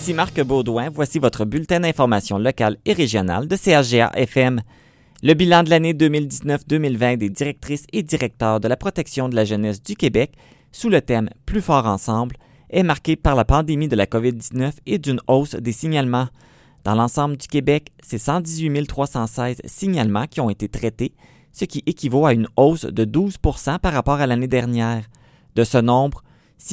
Ici Marc Baudouin, voici votre bulletin d'information locale et régionale de CHGA-FM. Le bilan de l'année 2019-2020 des directrices et directeurs de la protection de la jeunesse du Québec, sous le thème « Plus fort ensemble », est marqué par la pandémie de la COVID-19 et d'une hausse des signalements. Dans l'ensemble du Québec, c'est 118 316 signalements qui ont été traités, ce qui équivaut à une hausse de 12 % par rapport à l'année dernière. De ce nombre, 6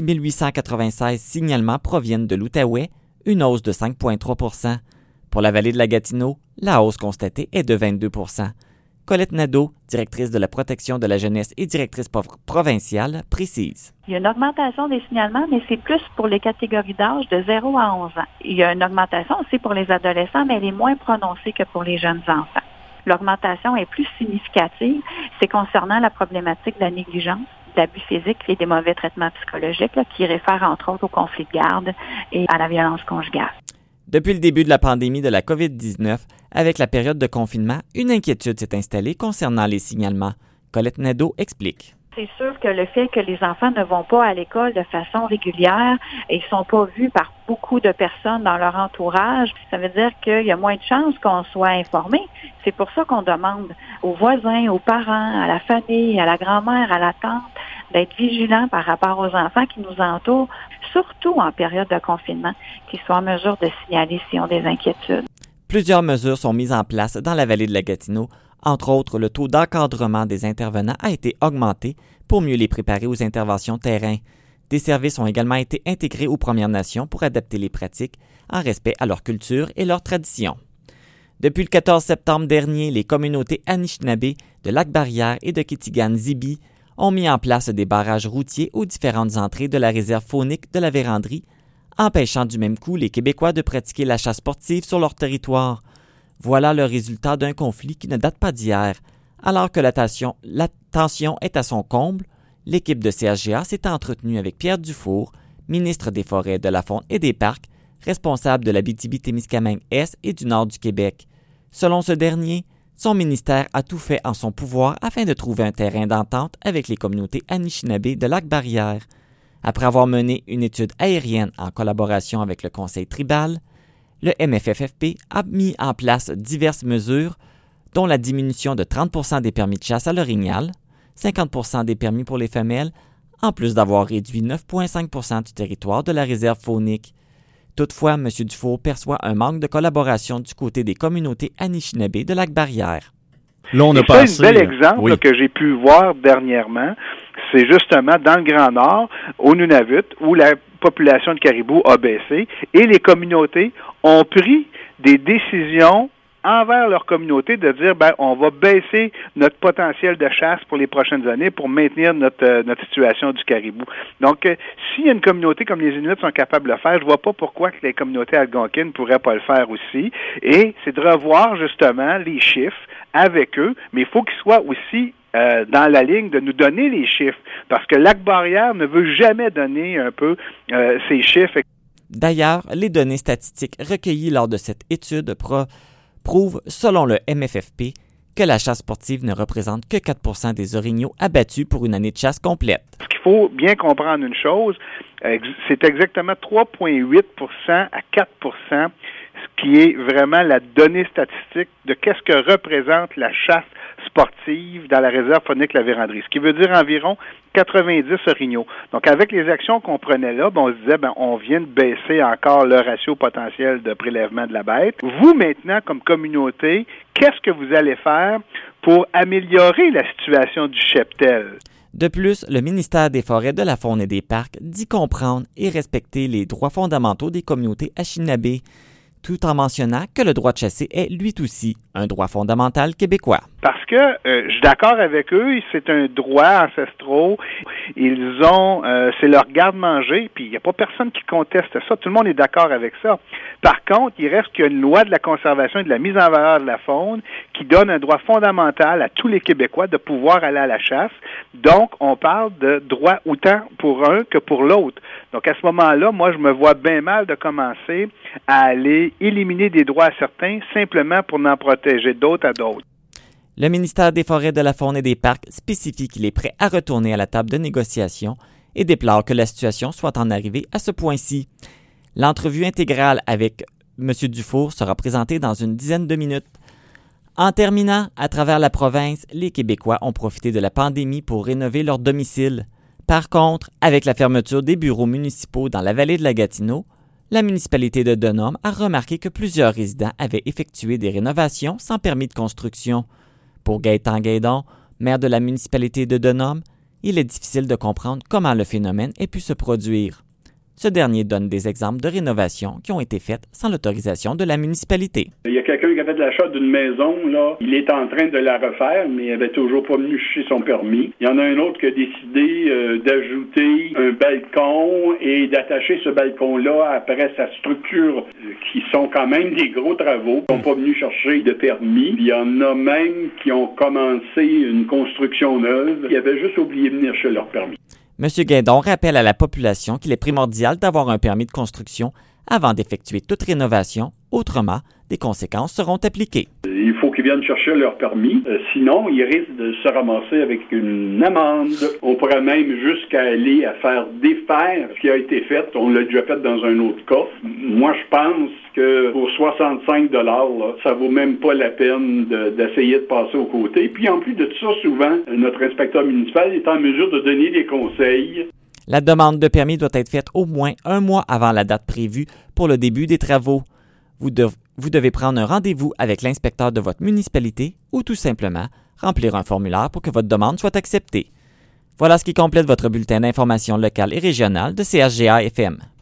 896 signalements proviennent de l'Outaouais, une hausse de 5,3 %. Pour la vallée de la Gatineau, la hausse constatée est de 22 %. Colette Nadeau, directrice de la protection de la jeunesse et directrice provinciale, précise. Il y a une augmentation des signalements, mais c'est plus pour les catégories d'âge de 0 à 11 ans. Il y a une augmentation aussi pour les adolescents, mais elle est moins prononcée que pour les jeunes enfants. L'augmentation est plus significative, c'est concernant la problématique de la négligence, d'abus physiques et des mauvais traitements psychologiques, qui réfèrent entre autres au conflit de garde et à la violence conjugale. Depuis le début de la pandémie de la COVID-19, avec la période de confinement, une inquiétude s'est installée concernant les signalements. Colette Nadeau explique. C'est sûr que le fait que les enfants ne vont pas à l'école de façon régulière et ne sont pas vus par beaucoup de personnes dans leur entourage, ça veut dire qu'il y a moins de chances qu'on soit informé. C'est pour ça qu'on demande aux voisins, aux parents, à la famille, à la grand-mère, à la tante, d'être vigilants par rapport aux enfants qui nous entourent, surtout en période de confinement, qu'ils soient en mesure de signaler s'ils ont des inquiétudes. Plusieurs mesures sont mises en place dans la vallée de la Gatineau. Entre autres, le taux d'encadrement des intervenants a été augmenté pour mieux les préparer aux interventions terrain. Des services ont également été intégrés aux Premières Nations pour adapter les pratiques en respect à leur culture et leurs traditions. Depuis le 14 septembre dernier, les communautés Anishinaabe de Lac-Barrière et de Kitigan-Zibi ont mis en place des barrages routiers aux différentes entrées de la réserve faunique de la Vérandrie, empêchant du même coup les Québécois de pratiquer la chasse sportive sur leur territoire. Voilà le résultat d'un conflit qui ne date pas d'hier. Alors que la tension est à son comble, l'équipe de CHGA s'est entretenue avec Pierre Dufour, ministre des Forêts, de la Faune et des Parcs, responsable de l'Abitibi-Témiscamingue-Est et du Nord du Québec. Selon ce dernier, son ministère a tout fait en son pouvoir afin de trouver un terrain d'entente avec les communautés Anishinaabe de Lac-Barrière. Après avoir mené une étude aérienne en collaboration avec le Conseil tribal, le MFFFP a mis en place diverses mesures, dont la diminution de 30 % des permis de chasse à l'orignal, 50 % des permis pour les femelles, en plus d'avoir réduit 9,5 % du territoire de la réserve faunique. Toutefois, M. Dufour perçoit un manque de collaboration du côté des communautés Anishinaabe de Lac-Barrière. Là, on a passé... un bel exemple que j'ai pu voir dernièrement, c'est justement dans le Grand Nord, au Nunavut, où la population de caribou a baissé et les communautés ont pris des décisions envers leur communauté de dire, on va baisser notre potentiel de chasse pour les prochaines années pour maintenir notre situation du caribou. Donc, s'il y a une communauté comme les Inuits sont capables de le faire, je vois pas pourquoi que les communautés algonquines ne pourraient pas le faire aussi. Et c'est de revoir justement les chiffres avec eux, mais il faut qu'ils soient aussi dans la ligne de nous donner les chiffres, parce que Lac-Barrière ne veut jamais donner un peu ces chiffres. D'ailleurs, les données statistiques recueillies lors de cette étude prouvent, selon le MFFP, que la chasse sportive ne représente que 4 % des orignaux abattus pour une année de chasse complète. Ce qu'il faut bien comprendre une chose, c'est exactement 3,8 % à 4 % ce qui est vraiment la donnée statistique de qu'est-ce que représente la chasse sportive dans la réserve faunique La Vérandrie, ce qui veut dire environ 90 orignaux. Donc, avec les actions qu'on prenait là, on se disait, on vient de baisser encore le ratio potentiel de prélèvement de la bête. Vous, maintenant, comme communauté, qu'est-ce que vous allez faire pour améliorer la situation du cheptel? De plus, le ministère des Forêts, de la Faune et des Parcs dit comprendre et respecter les droits fondamentaux des communautés Anishinaabe, tout en mentionnant que le droit de chasser est, lui aussi, un droit fondamental québécois. Parce que je suis d'accord avec eux, c'est un droit ancestraux. Ils ont, c'est leur garde-manger, puis il n'y a pas personne qui conteste ça. Tout le monde est d'accord avec ça. Par contre, il reste qu'il y a une loi de la conservation et de la mise en valeur de la faune qui donne un droit fondamental à tous les Québécois de pouvoir aller à la chasse. Donc, on parle de droit autant pour un que pour l'autre. Donc, à ce moment-là, moi, je me vois bien mal de commencer à aller éliminer des droits à certains simplement pour n'en protéger d'autres à d'autres. Le ministère des Forêts, de la Faune et des Parcs spécifie qu'il est prêt à retourner à la table de négociation et déplore que la situation soit en arrivée à ce point-ci. L'entrevue intégrale avec M. Dufour sera présentée dans une dizaine de minutes. En terminant, à travers la province, les Québécois ont profité de la pandémie pour rénover leur domicile. Par contre, avec la fermeture des bureaux municipaux dans la vallée de la Gatineau, la municipalité de Denham a remarqué que plusieurs résidents avaient effectué des rénovations sans permis de construction. Pour Gaétan Guédon, maire de la municipalité de Denham, il est difficile de comprendre comment le phénomène ait pu se produire. Ce dernier donne des exemples de rénovations qui ont été faites sans l'autorisation de la municipalité. Il y a quelqu'un qui avait de l'achat d'une maison, là. Il est en train de la refaire, mais il n'avait toujours pas venu chercher son permis. Il y en a un autre qui a décidé d'ajouter un balcon et d'attacher ce balcon-là après sa structure, qui sont quand même des gros travaux, qui n'ont pas venu chercher de permis. Il y en a même qui ont commencé une construction neuve, qui avaient juste oublié de venir chercher leur permis. M. Guédon rappelle à la population qu'il est primordial d'avoir un permis de construction avant d'effectuer toute rénovation, autrement, des conséquences seront appliquées. Il faut qu'ils viennent chercher leur permis, sinon ils risquent de se ramasser avec une amende. On pourrait même jusqu'à aller à faire défaire ce qui a été fait. On l'a déjà fait dans un autre cas. Moi, je pense que pour 65 $, là, ça vaut même pas la peine d'essayer de passer aux côtés. Puis en plus de tout ça, souvent, notre inspecteur municipal est en mesure de donner des conseils. La demande de permis doit être faite au moins un mois avant la date prévue pour le début des travaux. Vous devez prendre un rendez-vous avec l'inspecteur de votre municipalité ou tout simplement remplir un formulaire pour que votre demande soit acceptée. Voilà ce qui complète votre bulletin d'information locale et régionale de CHGA FM.